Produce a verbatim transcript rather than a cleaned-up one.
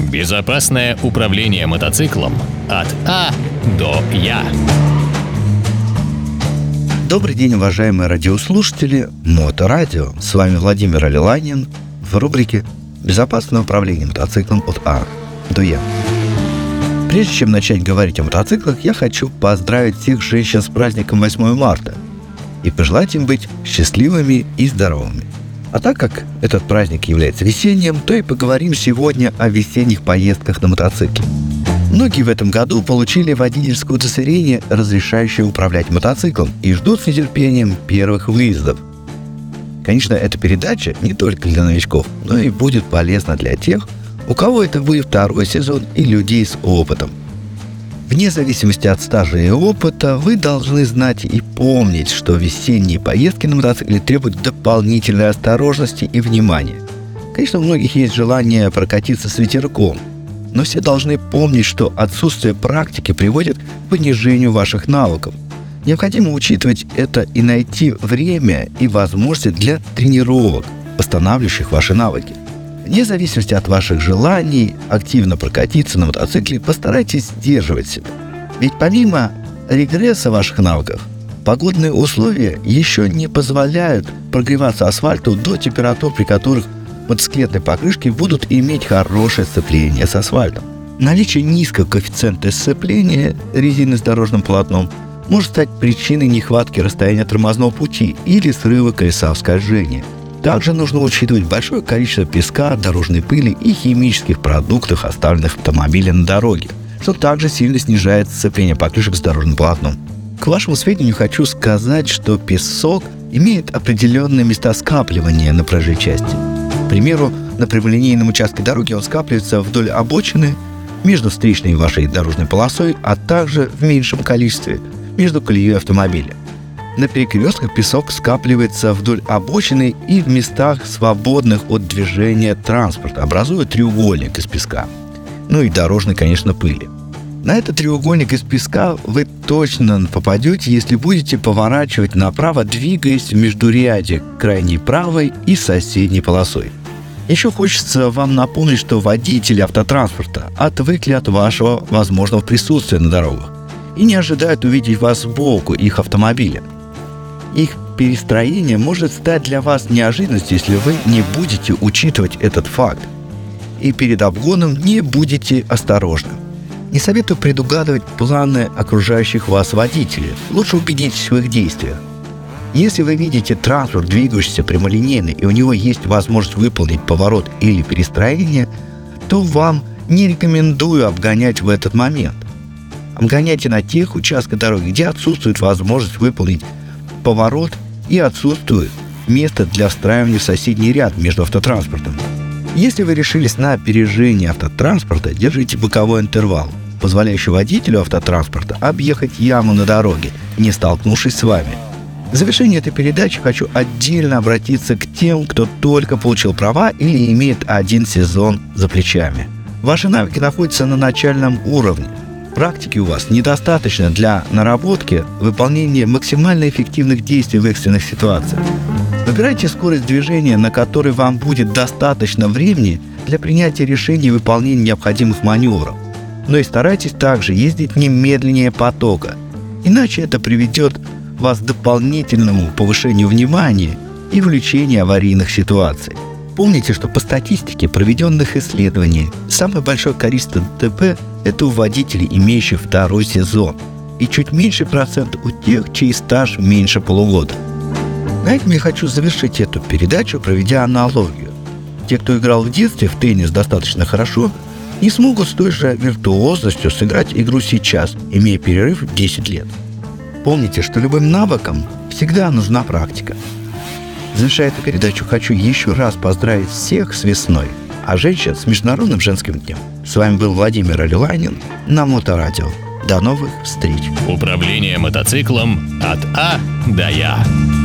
Безопасное управление мотоциклом от А до Я. Добрый день, уважаемые радиослушатели Моторадио. С вами Владимир Алиланин в рубрике «Безопасное управление мотоциклом от А до Я». Прежде чем начать говорить о мотоциклах, я хочу поздравить всех женщин с праздником восьмое марта и пожелать им быть счастливыми и здоровыми. А так как этот праздник является весенним, то и поговорим сегодня о весенних поездках на мотоцикле. Многие в этом году получили водительское удостоверение, разрешающее управлять мотоциклом, и ждут с нетерпением первых выездов. Конечно, эта передача не только для новичков, но и будет полезна для тех, у кого это будет второй сезон, и людей с опытом. Вне зависимости от стажа и опыта, вы должны знать и помнить, что весенние поездки на мотоцикле требуют дополнительной осторожности и внимания. Конечно, у многих есть желание прокатиться с ветерком, но все должны помнить, что отсутствие практики приводит к понижению ваших навыков. Необходимо учитывать это и найти время и возможности для тренировок, восстанавливающих ваши навыки. Вне зависимости от ваших желаний активно прокатиться на мотоцикле, постарайтесь сдерживать себя. Ведь помимо регресса ваших навыков, погодные условия еще не позволяют прогреваться асфальту до температур, при которых мотоциклетные покрышки будут иметь хорошее сцепление с асфальтом. Наличие низкого коэффициента сцепления резины с дорожным полотном может стать причиной нехватки расстояния тормозного пути или срыва колеса в скольжении. Также нужно учитывать большое количество песка, дорожной пыли и химических продуктов, оставленных автомобилем на дороге, что также сильно снижает сцепление покрышек с дорожным полотном. К вашему сведению хочу сказать, что песок имеет определенные места скапливания на проезжей части. К примеру, на прямолинейном участке дороги он скапливается вдоль обочины, между встречной и вашей дорожной полосой, а также в меньшем количестве между колеей автомобиля. На перекрестках песок скапливается вдоль обочины и в местах, свободных от движения транспорта, образуя треугольник из песка. Ну и дорожной, конечно, пыли. На этот треугольник из песка вы точно попадете, если будете поворачивать направо, двигаясь в междуряде крайней правой и соседней полосой. Еще хочется вам напомнить, что водители автотранспорта отвыкли от вашего возможного присутствия на дорогах и не ожидают увидеть вас сбоку их автомобиля. Их перестроение может стать для вас неожиданностью, если вы не будете учитывать этот факт и перед обгоном не будете осторожны. Не советую предугадывать планы окружающих вас водителей. Лучше убедитесь в их действиях. Если вы видите транспорт, двигающийся прямолинейно, и у него есть возможность выполнить поворот или перестроение, то вам не рекомендую обгонять в этот момент. Обгоняйте на тех участках дороги, где отсутствует возможность выполнить поворот и отсутствует место для встраивания в соседний ряд между автотранспортом. Если вы решились на опережение автотранспорта, держите боковой интервал, позволяющий водителю автотранспорта объехать яму на дороге, не столкнувшись с вами. В завершение этой передачи хочу отдельно обратиться к тем, кто только получил права или имеет один сезон за плечами. Ваши навыки находятся на начальном уровне. Практики у вас недостаточно для наработки выполнения максимально эффективных действий в экстренных ситуациях. Выбирайте скорость движения, на которой вам будет достаточно времени для принятия решений и выполнения необходимых маневров. Но и старайтесь также ездить не медленнее потока, иначе это приведет вас к дополнительному повышению внимания и увеличению аварийных ситуаций. Помните, что по статистике проведенных исследований самое большое количество ДТП – это у водителей, имеющих второй сезон, и чуть меньший процент у тех, чей стаж меньше полугода. На этом я хочу завершить эту передачу, проведя аналогию. Те, кто играл в детстве в теннис достаточно хорошо, не смогут с той же виртуозностью сыграть игру сейчас, имея перерыв в десять лет. Помните, что любым навыкам всегда нужна практика. Завершая эту передачу, хочу еще раз поздравить всех с весной, а женщин с Международным женским днем. С вами был Владимир Алиланин на Моторадио. До новых встреч. Управление мотоциклом от А до Я.